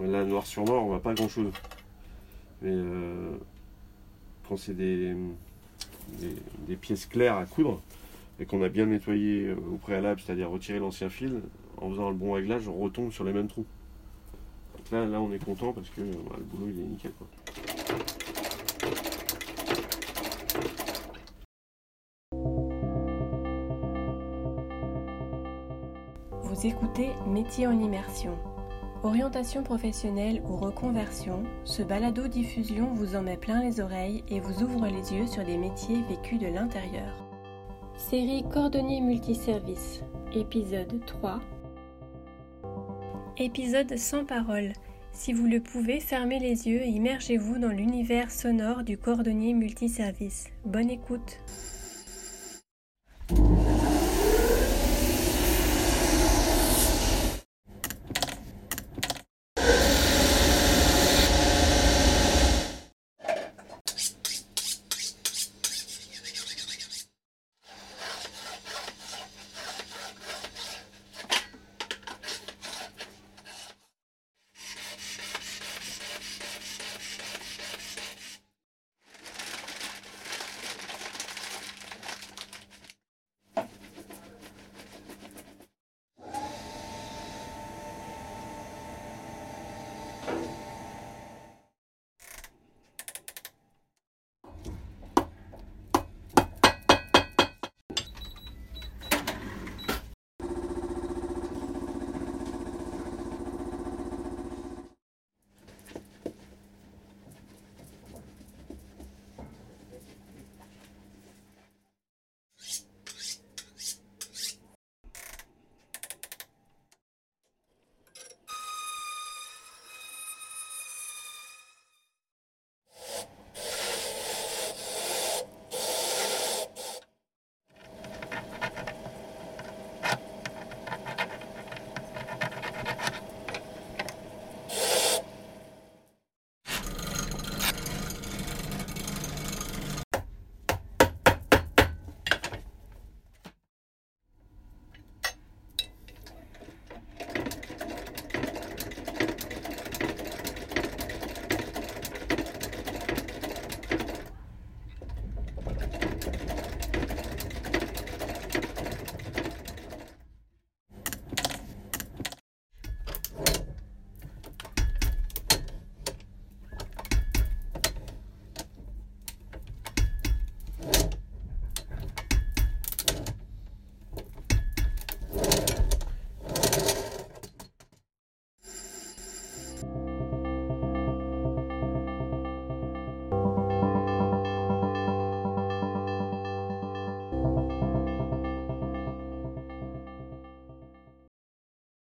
Là, noir sur noir, on voit pas grand chose. Mais quand c'est des pièces claires à coudre et qu'on a bien nettoyé au préalable, c'est-à-dire retirer l'ancien fil, en faisant le bon réglage, on retombe sur les mêmes trous. Donc là on est content parce que le boulot il est nickel, quoi. Vous écoutez Métiers en immersion. Orientation professionnelle ou reconversion, ce balado-diffusion vous en met plein les oreilles et vous ouvre les yeux sur des métiers vécus de l'intérieur. Série Cordonnier Multiservice, épisode 3. Épisode sans parole. Si vous le pouvez, fermez les yeux et immergez-vous dans l'univers sonore du cordonnier multiservice. Bonne écoute.